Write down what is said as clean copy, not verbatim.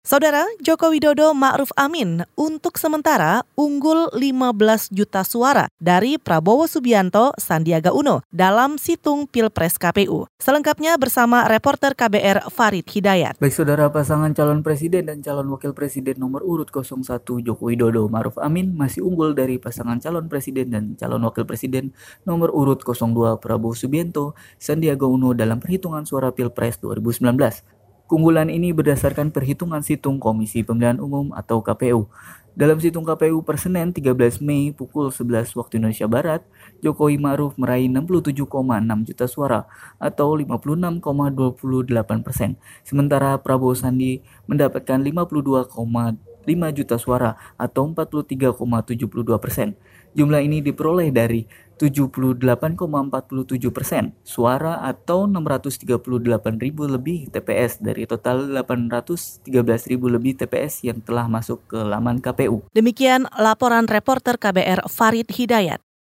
Saudara, Joko Widodo Ma'ruf Amin untuk sementara unggul 15 juta suara dari Prabowo Subianto Sandiaga Uno dalam situng Pilpres KPU. Selengkapnya bersama reporter KBR Farid Hidayat. Baik saudara, pasangan calon presiden dan calon wakil presiden nomor urut 01 Joko Widodo Ma'ruf Amin masih unggul dari pasangan calon presiden dan calon wakil presiden nomor urut 02 Prabowo Subianto Sandiaga Uno dalam perhitungan suara Pilpres 2019. Keunggulan ini berdasarkan perhitungan situng Komisi Pemilihan Umum atau KPU. Dalam situng KPU per Senin 13 Mei pukul 11 waktu Indonesia Barat, Jokowi Ma'ruf meraih 67,6 juta suara atau 56,28%. Sementara Prabowo Sandi mendapatkan 52,5 juta suara atau 43,72%. Jumlah ini diperoleh dari 78,47% suara atau 638.000 lebih TPS dari total 813.000 lebih TPS yang telah masuk ke laman KPU. Demikian laporan reporter KBR Farid Hidayat.